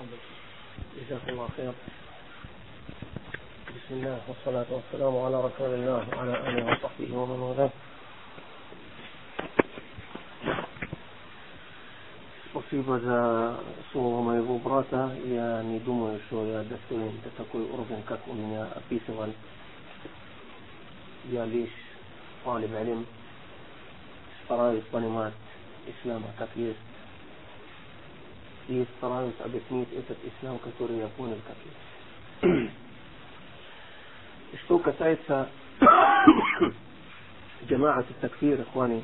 جزاك الله خير. بسم الله والصلاة والسلام على رسول الله وعلى آله وصحبه ومن والاه. Спасибо за слово моего брата. Я не думаю, что я достоин до такой уровень, как у меня описывали. Я лишь талиб илм, стараюсь понимать ислама как есть. И стараюсь объяснить этот ислам, который я понял как есть. Что касается джамаат ат-такфир, ихвани,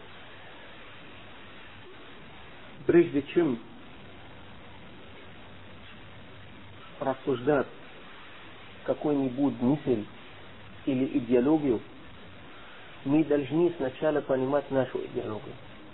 прежде чем рассуждать какой-нибудь мысль или идеологию, мы должны сначала понимать нашу идеологию.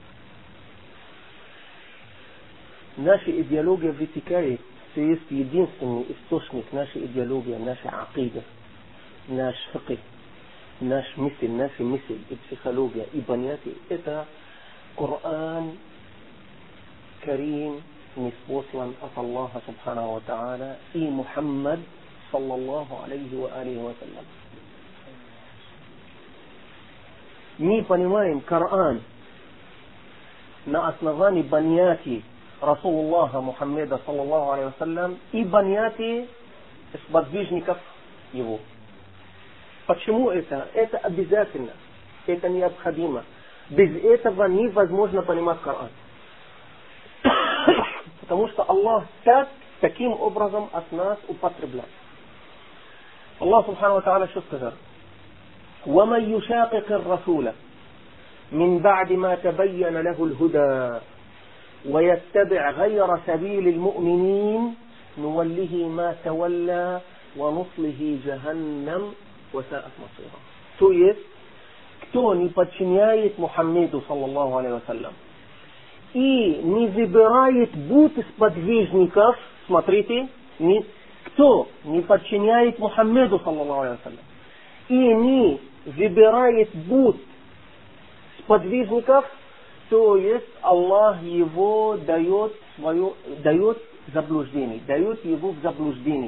Наша идеология вытекает, что есть единственный источник нашей идеологии, наша акида, наш фикх, наша мысль и психология и понятие. Это Коран Карим, ниспослан от Аллаха Субханаху ва Тааля, и Мухаммад саллаллаху алейхи ва алейхи ва саллям. Мы понимаем Коран на основании понятий Расулуллаха Мухаммеда саллаллаху алейхи ва саллям и понятий сподвижников его. Почему это? Это обязательно, это необходимо. Без этого невозможно понимать Коран. Потому что Аллах таким образом от нас употребляет. Аллах Субхану ва Тааля что сказал? وَمَنْ يُشَاقِقِ الرَّسُولَ مِنْ بَعْدِ مَا تَبَيَّنَ لَهُ الْهُدَى وَيَتَّبِعْ غَيْرَ سَبِيلِ الْمُؤْمِنِينَ نُوَلِّهِ مَا تَوَلَّى وَنُصْلِهِ جَهَنَّمَ وَسَاءَتْ مَصِيرًا. То есть, кто не подчиняет Мухаммеду саллаллаху алейхи ва саллям и не выбирает путь сподвижников, смотрите, кто не подчиняет Мухаммеду саллаллаху алейхи ва саллям и не выбирает путь сподвижников, то есть Аллах его дает заблуждение, дает его в заблуждение.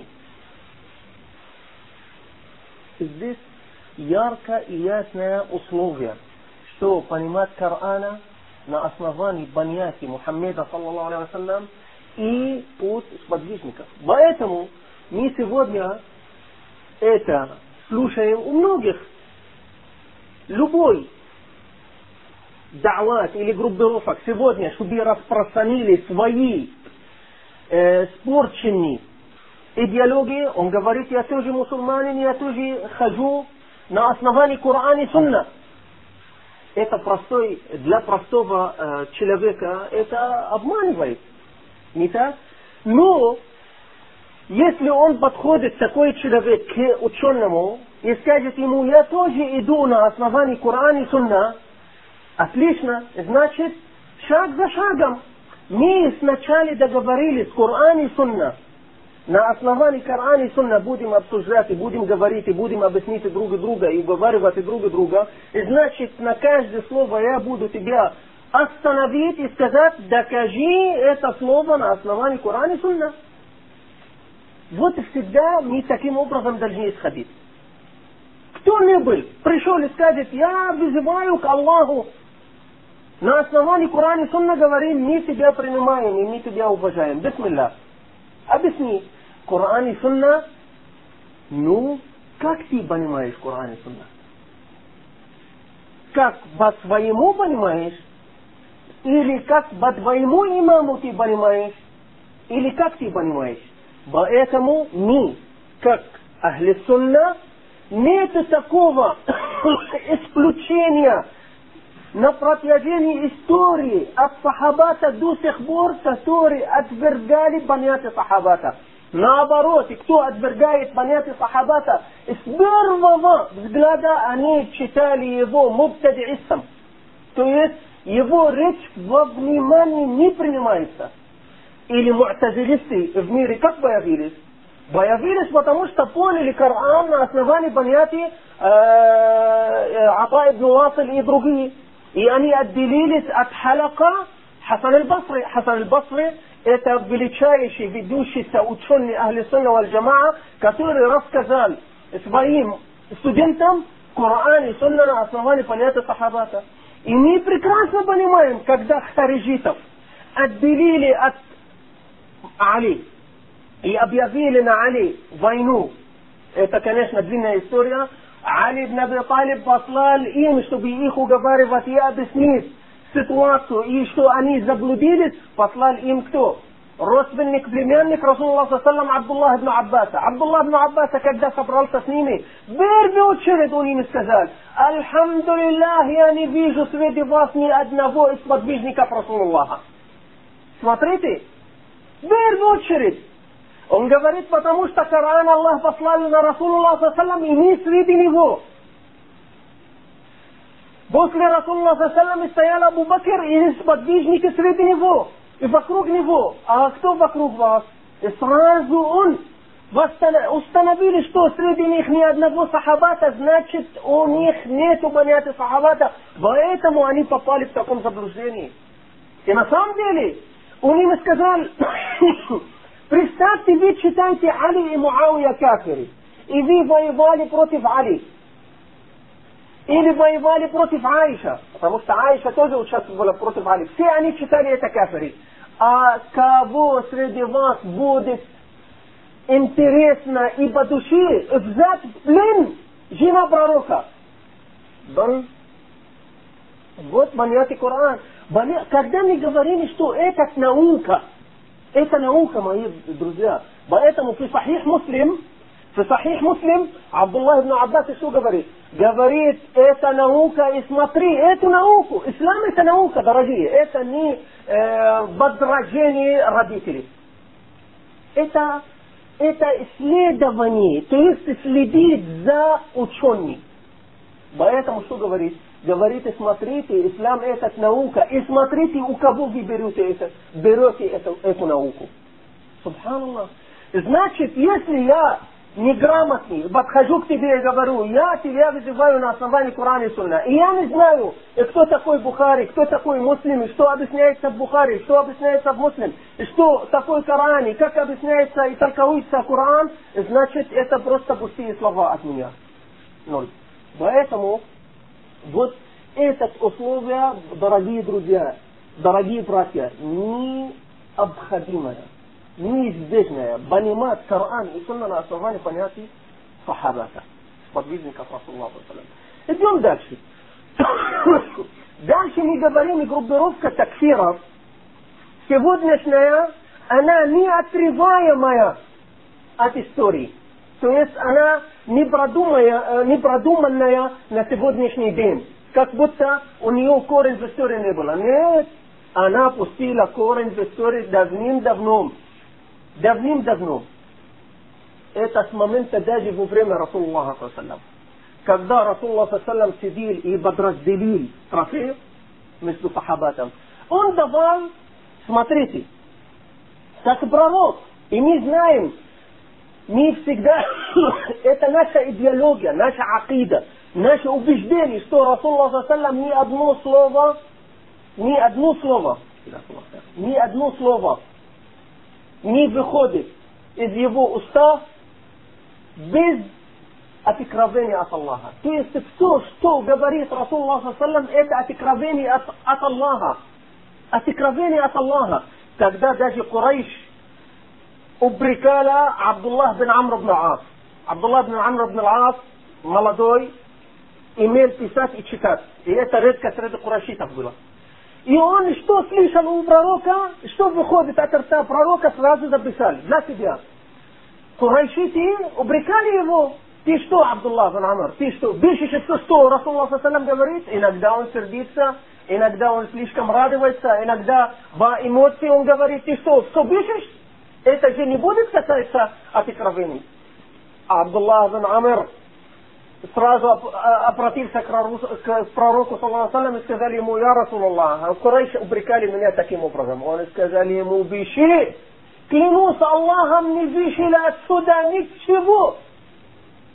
Здесь ярко и ясное условие, что понимать Корана на основании понятий Мухаммеда саллаллаху алейхи ва саллям и путь сподвижников. Поэтому мы сегодня это слушаем у многих. Любой да'ват или группировок сегодня, чтобы распространили свои испорченные идеологии, он говорит: я тоже мусульманин, я тоже хожу на основании Корана и Сунна. Это для простого человека это обманывает. Не так? Но если он подходит, такой человек, к ученому и скажет ему: я тоже иду на основании Корана и Сунна, отлично, значит, шаг за шагом. Мы сначала договорились Коран и Сунна. На основании Корана и Сунна будем обсуждать, и будем говорить, и будем объяснить друг друга, и уговаривать друг друга. И значит, на каждое слово я буду тебя остановить и сказать: докажи это слово на основании Корана и Сунна. Вот всегда мы таким образом должны исходить. Кто-нибудь пришел и скажет: я вызываю к Аллаху. На основании Корана и Сунна говорим: мы тебя принимаем, и мы тебя уважаем. Бисмилlah. Объясни. Коран и Сунна. Ну, как ты понимаешь Коран и Сунна? Как по-своему понимаешь? Или как по твоему имаму ты понимаешь? Или как ты понимаешь? Поэтому мы, как Ахли Сунна, нет такого исключения на протяжении истории от сахабата до сих пор, которые отвергали понятие сахабата. Наоборот, и кто отвергает понятие сахабата, с первого взгляда они читали его мубтадиистом. То есть его речь во внимание не принимается. Или му'тазилисты в мире как появились? Появились, потому что поняли Коран на основании понятий Ата ибн Василь и другие. И они отделились от халака Хасан аль-Басри это величайший ведущийся ученый Ахли Сунна валь Джамаа, который рассказал своим студентам Коран и Сунна на основании понятия сахабата. И мы прекрасно понимаем, когда хариджитов отделили от Али и объявили на Али войну, это, конечно, длинная история, Али ибн Аби Талиб послал им, чтобы их уговаривать и объяснить ситуацию, и что они заблудились, послал им кто? Родственник, племянник Расулуллаха саллаллаху алейхи Абдуллах ибн Аббаса. Абдуллах ибн Аббаса, когда собрался с ними, в первую очередь он им сказал: «Альхамдулиллах, я не вижу среди вас ни одного из подвижников Расулуллаха». Смотрите, в первую очередь. Он говорит, потому что Коран Аллах послал на Расулуллаха саллаллаху алейхи, и мы среди него. После Расулуллаха саллаллаху алейхи стоял Абу Бакр и сподвижники среди него. И вокруг него. А кто вокруг вас? И сразу он установили, что среди них ни одного сахабата, значит у них нету понятия сахабата. Поэтому они попали в таком заблуждении. И на самом деле он им сказал: представьте, вы читаете Али и Муавия кафиры, и вы воевали против Али. Или воевали против Аиша, потому что Аиша тоже участвовала против Али. Все они читали это кафиры. А кого среди вас будет интересно и по душе взять в плен жена пророка? Вот понятие Коран. Когда мы говорим, что это наука, мои друзья. Поэтому в Сахих Муслим Абдуллах ибн Аббас что говорит? Говорит, это наука, и смотри, эту науку. Ислам это наука, дорогие. Это не возражение родителей. Это исследование, то есть следит за ученым. Поэтому что говорит? Говорит, и смотрите, ислам это наука, и смотрите, у кого вы берете эту науку. Субханаллах. Значит, если я неграмотный, подхожу к тебе и говорю: я тебя вызываю на основании Корана и Сунна, и я не знаю, кто такой Бухари, кто такой Муслим, и что объясняется в Бухари, что объясняется в Муслим, и что такое Коран, и как объясняется и толкуется Коран, значит, это просто пустые слова от меня. Ноль. Поэтому вот это условие, дорогие друзья, дорогие братья, необходимое, неизбежное понимать Коран и Сунна на основании понятий сахабата, сподвижников Расулуллаха саллаллаху алейхи. Идем дальше. Дальше мы говорим, группировка такфиров сегодняшняя, она неотрываемая от истории. То есть она непродуманная на сегодняшний день. Как будто у нее корень в истории не было. Нет, она пустила корень в истории давным-давно. Это с момента даже во время Расулуллаха саллаллаху. Когда Расулуллах саллаллаху сидел и подразделил трофеи между сахабатом, он давал, смотрите, как пророк. И мы знаем, мы всегда, это наша идеология, наша акида, наше убеждение, что Расулуллах саллаллаху ни одно слово не выходит из его уста без откровения от Аллаха. То есть все, что говорит Расулуллах саллаллаху, это откровение от Аллаха. Откровение от Аллаха. Когда даже Курайш упрекала Абдуллах бин Амр бин Ас. Абдуллах бин Амр бин Ас, молодой, имел писать и читать. И это редко среди курайшитов было. И он что слышал у пророка, что выходит от рта пророка, сразу записали для себя. Курайшиты упрекали его. Ты что, Абдуллах бин Амр, ты что? Бежишь, что Расулуллах саллаллаху говорит? Иногда он сердится, иногда он слишком радуется, иногда по эмоции он говорит: ты что бежишь? Это же не будет касаться откровений. А Абдуллах бин Амр сразу обратился к пророку саллаллаху алейхи и сказали ему: я Расулуллах, Курайш упрекали меня таким образом. Он сказал ему: бежи, клянусь Аллахом, не вышли отсюда ничего,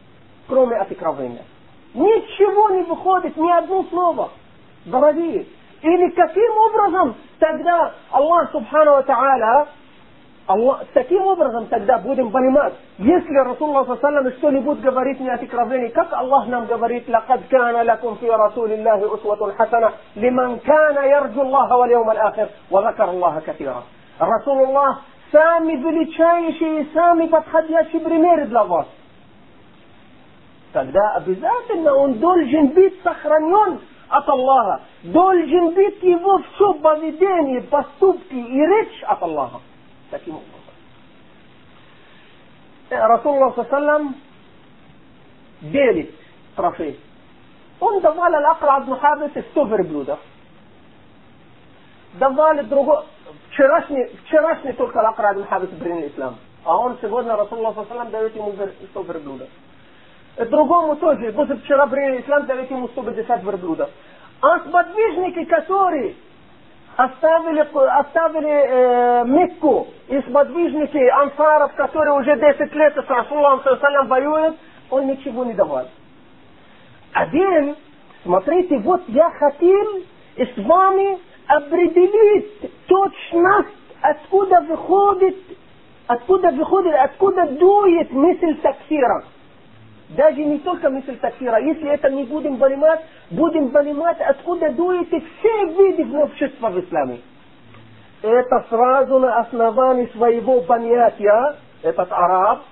кроме откровения. Ничего не выходит, ни одно слово. Дорогие, Или каким образом тогда Аллах Субхану ва Тааля, таким образом тогда будем понимать, если Расулуллах ﷺ что-нибудь говорит не о отекровении, как Аллах нам говорит: «Лакад кана лакум фи Расулиллахи усватун хасана, лиман кана ярджу Аллаха вал яумал ахир, ва закар Аллаха катира». Расулуллах сами величайшие и сами подходящие примеры для вас. Тогда обязательно он должен быть сохранен от Аллаха, должен быть его все поведение, поступки и речь от Аллаха. Таким образом. Расулуллах ﷺ делит трофей. Он давал Аль-Акра ибн Хабис 100 верблюдов. Давал другой. Вчерашний только Аль-Акра ибн Хабис принял ислам. А он сегодня, Расулуллах ﷺ, дает ему 100 верблюдов. Другому тоже, позавчера принял ислам, дает ему 150 верблюдов. А сподвижники, которые оставили Мекку, и сподвижники ансаров, которые уже 10 лет с Расулом ﷺ воюют, он ничего не давал. Один, смотрите, вот я хотел с вами определить точность, откуда дует мысль такфира. Даже не только мысль такфира. Если это не будем понимать, откуда дует все виды общества в исламе. Это сразу на основании своего понятия, этот араб,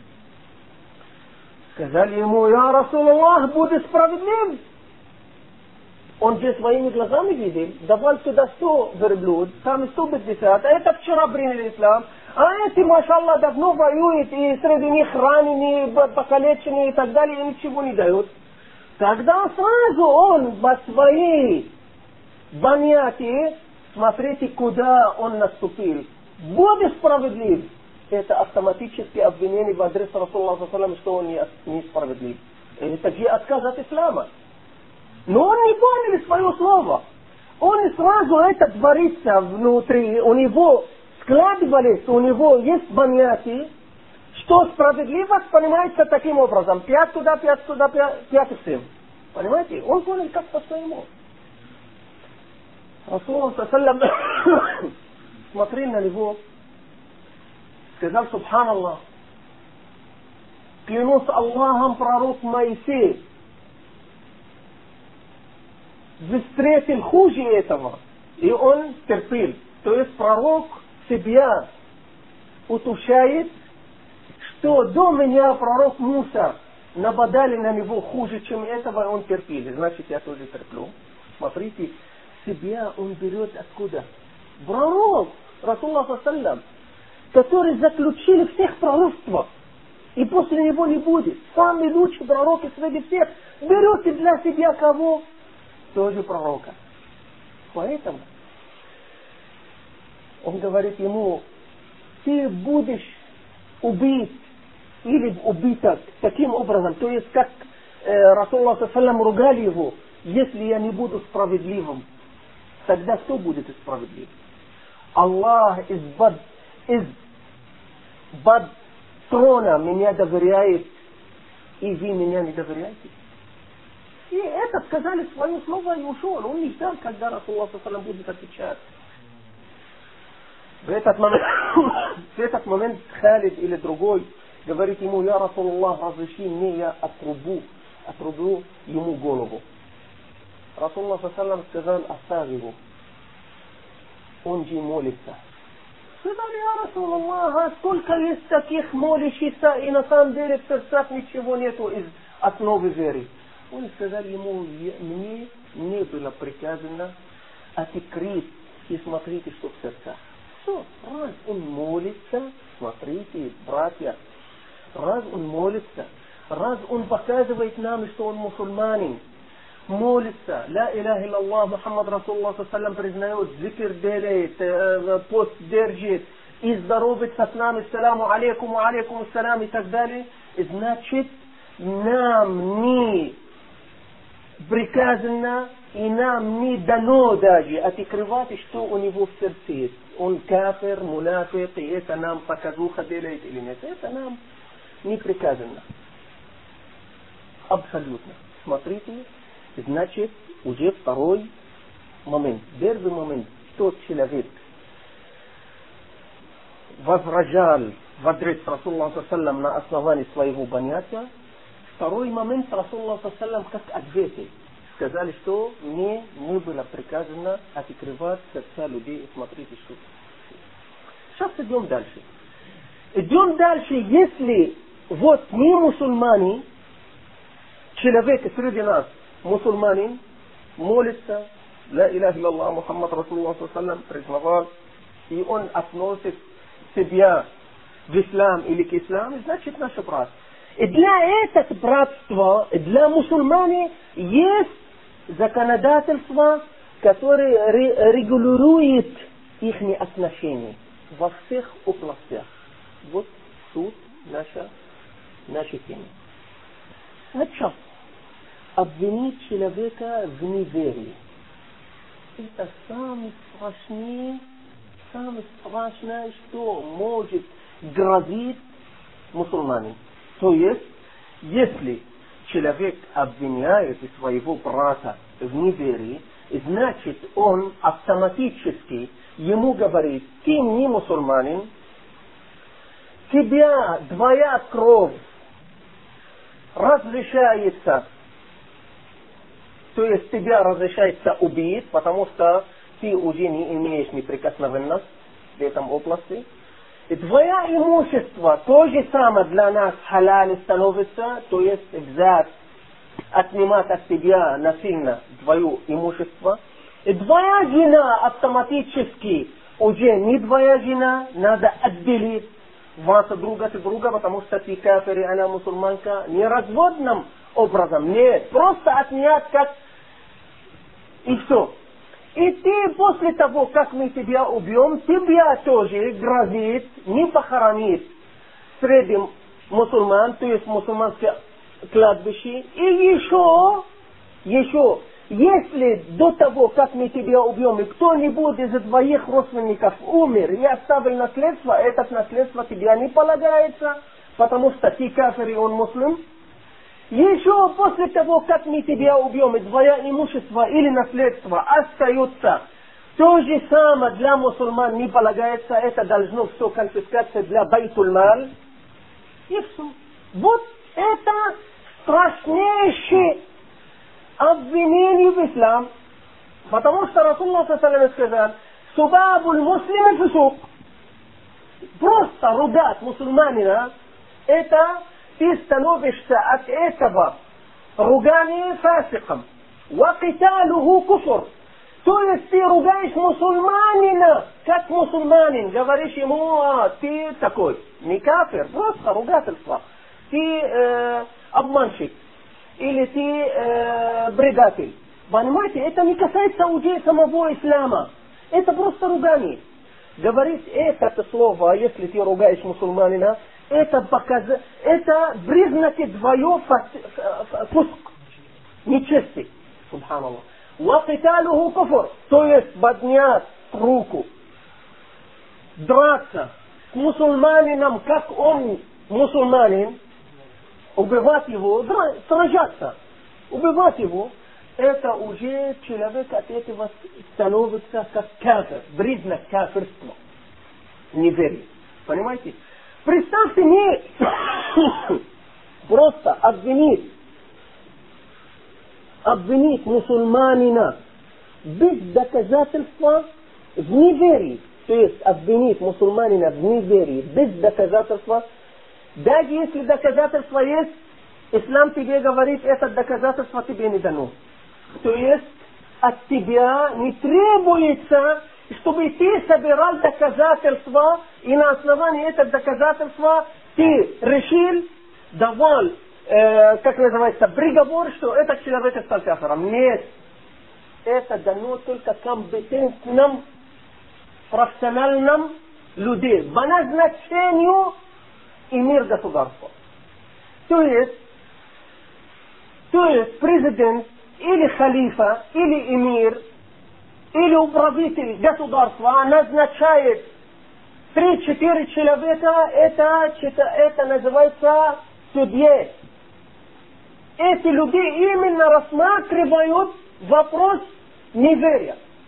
сказали ему: «Я Расулуллах, будь справедлив». Он же своими глазами видел, давал сюда 100 верблюд, там 150, а это вчера приняли ислам. А эти, машаллах, давно воюют, и среди них раненые, покалеченные и так далее, и ничего не дают. Тогда сразу он по своей понятии, смотрите, куда он наступил. Будь справедлив. Это автоматически обвинение в адрес Расулуллаха, что он не справедлив. Это же отказ от ислама. Но он не понял свое слово. Он сразу это творится внутри, у него складывались, у него есть понятие, что справедливость понимается таким образом: 5 туда, 5 сюда, 5 всем. Понимаете? Он понял как по-своему. Расулуллах ﷺ смотрел на него, сказал: «Субханаллах, клянусь Аллахом, пророк Моисей встретил хуже этого». И он терпел. То есть пророк себя утешает, что до меня пророк Муса нападали на него хуже, чем этого, и он терпел. Значит, я тоже терплю. Смотрите, себя он берет откуда? Пророк, Расулуллах ﷺ, который заключили всех пророчеств, и после него не будет. Самый лучший пророк среди всех. Берете для себя кого? Тоже пророка. Поэтому он говорит ему: ты будешь убит или убита таким образом. То есть, как Расулуллах ﷺ ругали его: если я не буду справедливым, тогда кто будет справедлив? Аллах из-под трона меня доверяет, и вы меня не доверяете. И это сказали свое слово и ушел. Он не ждал, когда Расулуллах ﷺ будет отвечать. В этот момент Халид или другой говорит ему: «Я Расулуллах, разреши мне, я отрублю ему голову». Расулуллах ﷺ сказал: «Оставь его, он же молится». Сказали: «Я Расулуллах, а сколько есть таких молящихся, и на самом деле в сердцах ничего нету из основы веры». Он сказал ему: мне не было приказано открыть и смотрите, что в сердцах. Все, раз он молится, смотрите, братья, раз он молится, раз он показывает нам, что он мусульманин, молится, ла иляха илляллах, Мухаммад Расулуллах ﷺ признает, зикр делает, пост держит, и здоровается с нами, саламу алейкум, ва алейкум ассалам и так далее, значит, нам не приказано и нам не дано даже открывать, что у него в сердце есть. Он кафир, мунафик, и это нам показуха делает или нет. Это нам не приказано. Абсолютно. Смотрите, значит, уже второй момент, тот человек возражал в адрес Расулла ﷺ на основании своего понятия, второй момент Расулла ﷺ как ответил. Сказали, что мне не было приказано открывать сердца людей и смотрите, что. Сейчас идем дальше. Если вот не мусульмане, человек среди нас, мусульманин, молится, ла иляха илляллах, Мухаммад Расулуллах ﷺ признавал, и он относит себя в ислам или к исламу, значит наше братство. И для этого братства, для мусульмане есть законодательство, которое регулирует их отношения во всех областях. Вот суть нашей темы. Значит, обвинить человека в неверии. Это самое страшное, что может грозить мусульманам. То есть, если человек обвиняет своего брата в неверии, значит он автоматически ему говорит: ты не мусульманин, тебя твоя кровь разрешается, то есть тебя разрешается убить, потому что ты уже не имеешь неприкосновенность в этом области. И твое имущество то же самое для нас халяль становится, то есть взять, отнимать от тебя насильно твое имущество. И твоя жена автоматически уже не твоя жена, надо отделить вас друг от друга, потому что ты кафир и она мусульманка, не разводным образом, нет, просто отнять как и все. И ты после того, как мы тебя убьем, тебя тоже грозит не похоронить среди мусульман, то есть мусульманское кладбище. И еще, если до того, как мы тебя убьем, и кто-нибудь из твоих родственников умер и оставил наследство, это наследство тебе не полагается, потому что ты кафир и он муслим. Еще после того, как мы тебя убьем, и твое имущество или наследство остается, то же самое для мусульман не полагается, это должно все конфискация для байтуль-маль. И все. Вот это страшнейшее обвинение в ислам, потому что Расулуллах ﷺ сказал: «Субабуль муслим фисук». Просто ругать мусульманина, это ты становишься от этого ругания фасиком. «Вакиталуху куфр». То есть ты ругаешь мусульманина, как мусульманин, говоришь ему: ты такой, не кафир, просто ругательство. Ты обманщик, или ты предатель. Понимаете, это не касается уже самого ислама. Это просто ругание. Говорить это слово, если ты ругаешь мусульманина, это признаки твоего фуск, нечести. Субханаллах. «Вакиталуху куфр», то есть поднять руку, драться с мусульманином, как он мусульманин, убивать его, сражаться, убивать его, это уже человек от этого становится как кафир, признак кафирства, неверие. Понимаете? Представьте мне, просто обвинить мусульманина без доказательства в неверии. То есть обвинить мусульманина в неверии без доказательства. Даже если доказательства есть, ислам тебе говорит, это доказательство тебе не дано. То есть от тебя не требуется, чтобы ты собирал доказательства, и на основании этих доказательства ты решил, давал, как называется, приговор, что этот человек стал кафиром. Нет. Это дано только компетентным, профессиональным людям, по назначению и мир государства. То есть президент, или халифа, или эмир, или управитель государства назначает 3-4 человека, это называется судья. Эти люди именно рассматривают вопрос неверия.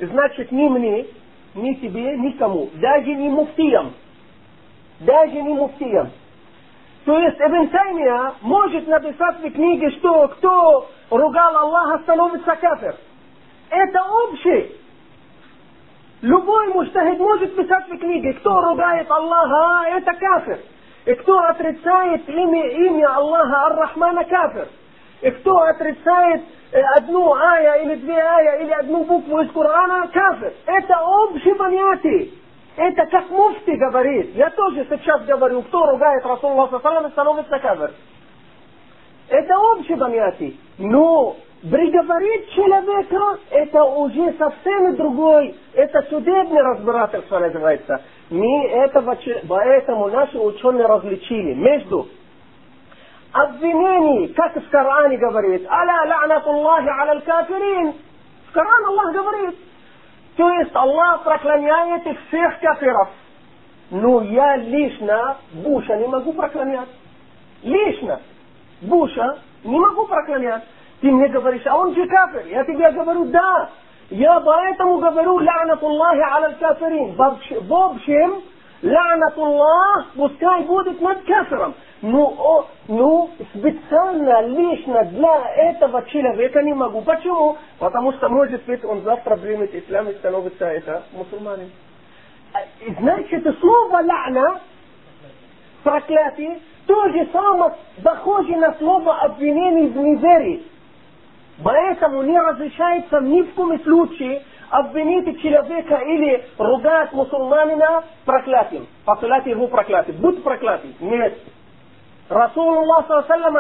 значит ни мне, ни тебе, никому. Даже не муфтиям. Даже не муфтиям. То есть Ибн Таймия может написать в книге, что кто ругал Аллаха, становится кафир. Это общее. Любой муджтахид может писать в книге, кто ругает Аллаха, это кафир. И кто отрицает имя Аллаха Ар-Рахмана, кафир. И кто отрицает одну ая или две ая или одну букву из Корана, кафир. Это общее понятие. Это как муфти говорит. Я тоже сейчас говорю, кто ругает Расулуллах ﷺ, становится кафир. Это общее понятие. Но приговорить человека, это уже совсем другой. Это судебное разбирательство называется. Поэтому наши ученые различили между обвинений, как в Коране говорит, «Аля ла'натуллахи аля кафирин». В Коране Аллах говорит, то есть Аллах проклоняет всех кафиров. Но я лично Буша не могу проклонять. Лично Буша не могу проклонять. Ты мне говоришь, а он же кафир. Я тебе говорю, да. Я поэтому говорю, ла'натуллахи аля кафирин. В общем, ла'натуллах пускай будет над кафиром. Ну, специально, лично для этого человека не могу. Почему? Потому что, может быть, он завтра примет ислам и становится мусульманин. Значит, слово ла'на, проклятие, то же самое похоже на слово обвинение в неверии. Поэтому не разрешается ни в коем случае обвинить человека или ругать мусульманина проклятием. Посылать его проклятием. Будь проклятый. Нет. Расулуллах ﷺ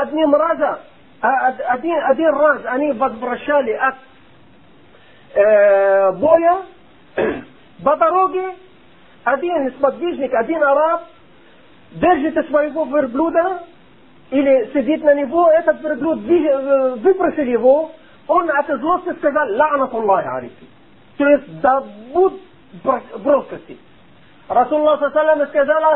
один раз они возвращали от боя по дороге. Один сподвижник, один араб держит своего верблюда или сидит на него, этот верблюд выбросил его, он от злости сказал «Ла'натуллахи алейки». То есть да будь броскости. Расулуллах ﷺ сказал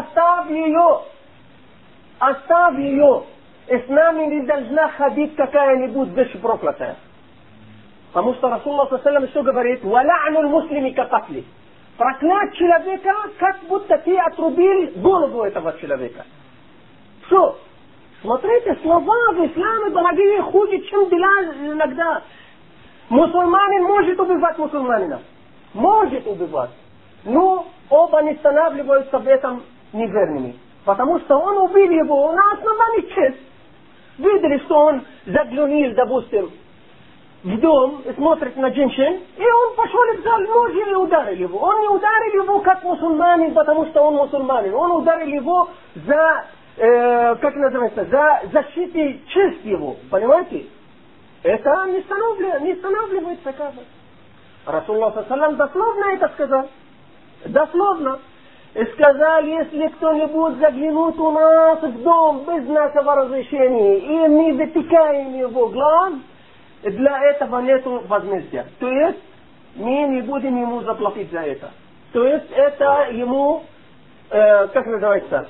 оставь ее, и с нами не должна ходить какая-нибудь вещь проклятая. Потому что Расулуллах ﷺ что говорит? «Вала'ну муслими катафли». Проклять человека, как будто ты отрубил голову этого человека. Все. Смотрите, слова в исламе, дорогие, хуже, чем дела иногда. Мусульманин может убивать мусульманина. Может убивать. Но оба не становятся в этом неверными. Потому что он убил его на основании честь. Видели, что он заглянул, допустим, в дом, смотрит на женщин, и он пошел и взял нож и ударил его. Он не ударил его как мусульманин, потому что он мусульманин. Он ударил его за, как называется, за защиту чести его. Понимаете? Это не останавливается кафир. Расулуллах ﷺ дословно это сказал. Дословно. И сказал, если кто-нибудь заглянут у нас в дом без нашего разрешения, и мы вытекаем его глаз, для этого нету возмездия. То есть, мы не будем ему заплатить за это. То есть, это ему, как называется?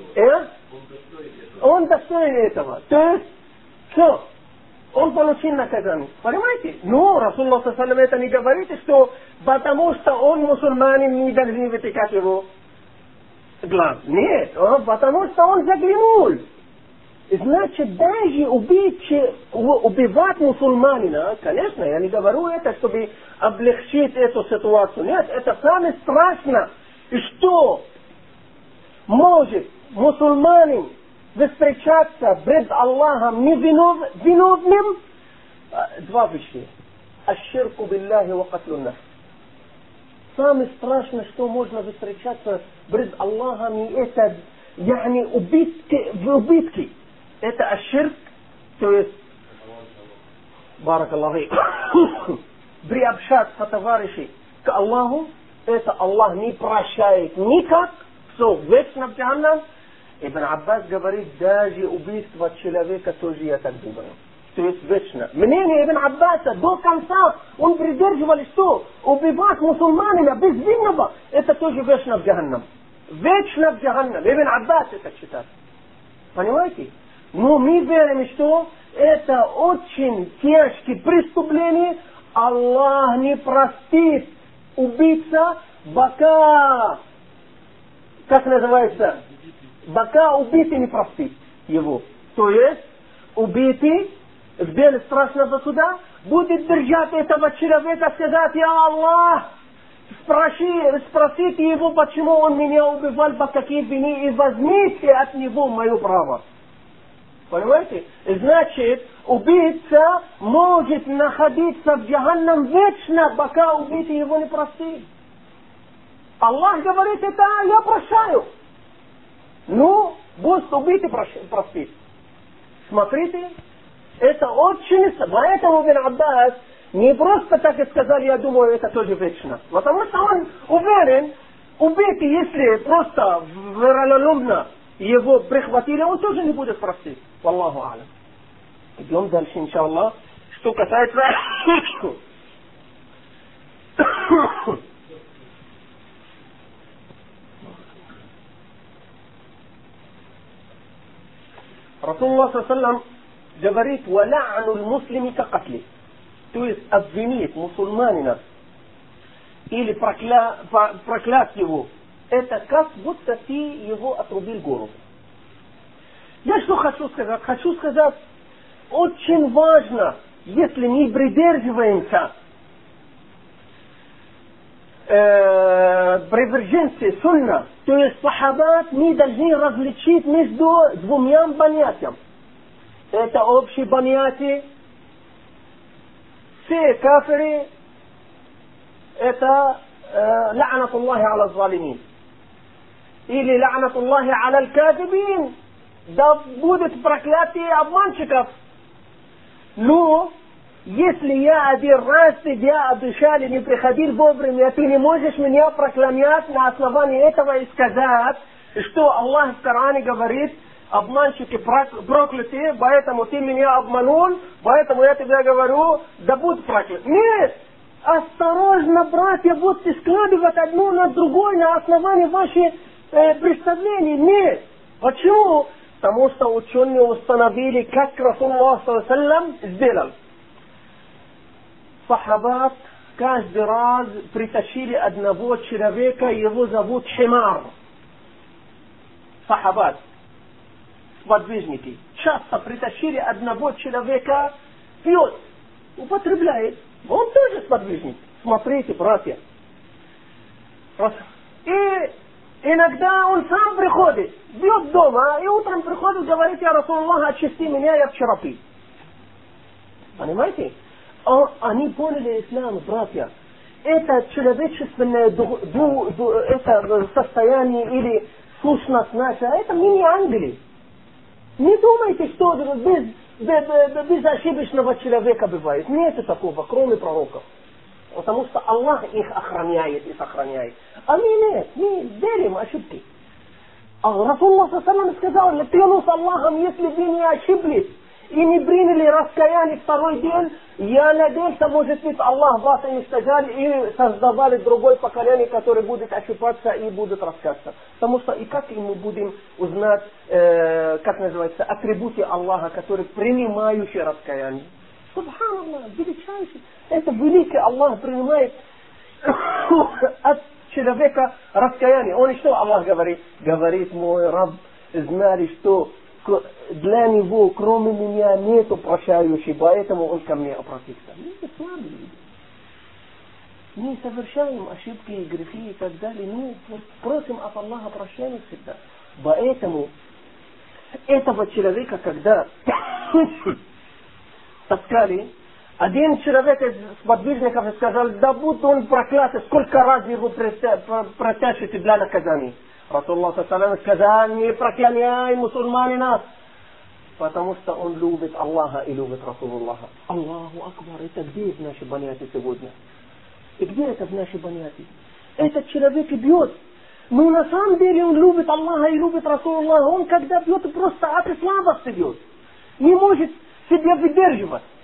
Он достоин этого. То есть, все. Он получил наказание. Понимаете? Но Расулуллах ﷺ это не говорит, что потому что он мусульманин, не должны вытекать его глаз. Нет, потому что он заглянул. Значит, даже убивать мусульманина, конечно, я не говорю это, чтобы облегчить эту ситуацию. Нет, это самое страшное. И что может мусульманин встречаться пред Аллахом невиновным? Два вещи. Аш-ширку биллахи ва катлун нафс. Самое страшное, что можно встречаться пред Аллахом, и это убытки. Это аш-ширк, то есть баракаллаху приобщаться товарищей к Аллаху, это Аллах не прощает никак, все вечно в джаханнам. Ибн Аббас говорит, даже убийство человека тоже я так думаю. То есть вечно. Мнение Ибн Аббаса до конца он придерживал, что убивать мусульманина безвинного, это тоже вечно в джаханнам. Вечно в джаханнам. Ибн Аббас это считает. Понимаете? Но мы верим, что это очень тяжкие преступления. Аллах не простит убийца бока, как называется, бока убитый не простит его. То есть убитый в деле страшного суда будет держать этого человека, сказать: «Я Аллах, спросите его, почему он меня убивал, по какие вины, и возьмите от него мое право». Понимаете? Значит, убийца может находиться в джаханнам вечно, пока убитый его не простит. Аллах говорит: это я прощаю. Ну, пусть убитый простит. Смотрите, это очень... Поэтому Ибн Аббас не просто так и сказал: я думаю, это тоже вечно. Потому что он уверен, убитый, если просто вероломно его прихватили, он тоже не будет простить. Валлаху алям. Идем дальше, иншаллах. Что касается... Расулуллах саллаллаху говорит: «Вала'ну л-муслими ка-катли». То есть обвинить мусульманина или проклять его, это как будто ты его отрубил голову. Я что хочу сказать? Хочу сказать, очень важно, если не придерживаемся приверженцы сунна, то есть сахабат, мы должны различить между двумя понятиями. Это общее понятие. Все кафиры, это ла'натуллахи аля залимин. Или ла'натуллахи аля кадибин. Да будет проклятие обманщиков. Но если я один раз тебя обещали, не приходил вовремя, ты не можешь меня проклянять на основании этого и сказать, что Аллах в Коране говорит: обманщики проклятые, поэтому ты меня обманул, поэтому я тебе говорю, да будь проклят. Нет! Осторожно, братья, будете складывать одно на другое на основании ваших представлений. Нет! Почему? Потому что ученые установили, как Расулуллах саллаллаху сделал. Сахабат каждый раз притащили одного человека, его зовут Химар. Сахабат, сподвижники, часто притащили одного человека, пьет, употребляет. Он тоже сподвижник. Смотрите, братья. И иногда он сам приходит, бьет дома, и утром приходит, говорит: «Я Расулуллах, очисти меня, я вчера пил». Понимаете? Они поняли ислам, братья. Это человечественное это состояние или сущность наша, это мы не ангелы. Не думайте, что безошибочного человека бывает. Нет такого, кроме пророков. Потому что Аллах их охраняет и сохраняет. А мы нет, мы делаем ошибки. А Расулуллах саллаллаху сказал: клянусь Аллахом, если вы не ошиблись и не приняли раскаяние второй день, я надеюсь, может быть, Аллах вас уничтожал и создавали другое поколение, которое будет ошибаться и будет раскаться. Потому что и как мы будем узнать, как называется, атрибуты Аллаха, которые принимающие раскаяние. Субханаллах, величайший. Это великий Аллах принимает от человека раскаяние. Он что Аллах говорит? Говорит: мой Раб, знали, что для него, кроме меня, нету прощающих, поэтому он ко мне обратится. Мы слабые люди. Мы совершаем ошибки, грехи и так далее. Мы просим от Аллаха прощения всегда. Поэтому этого человека, когда таскали, один человек из сподвижников сказал: да будь он проклят, сколько раз его протащите для наказания. Расулуллах саллаллаху сказал: не прокляняй мусульманина, потому что он любит Аллаха и любит Расулуллаха. Аллаху Акбар, это где в нашей понятии сегодня? И где это в нашей понятии? Этот человек бьет. Но на самом деле он любит Аллаха и любит Расулуллаха. Он когда бьет, просто от слабости бьет. Не может себя выдерживать.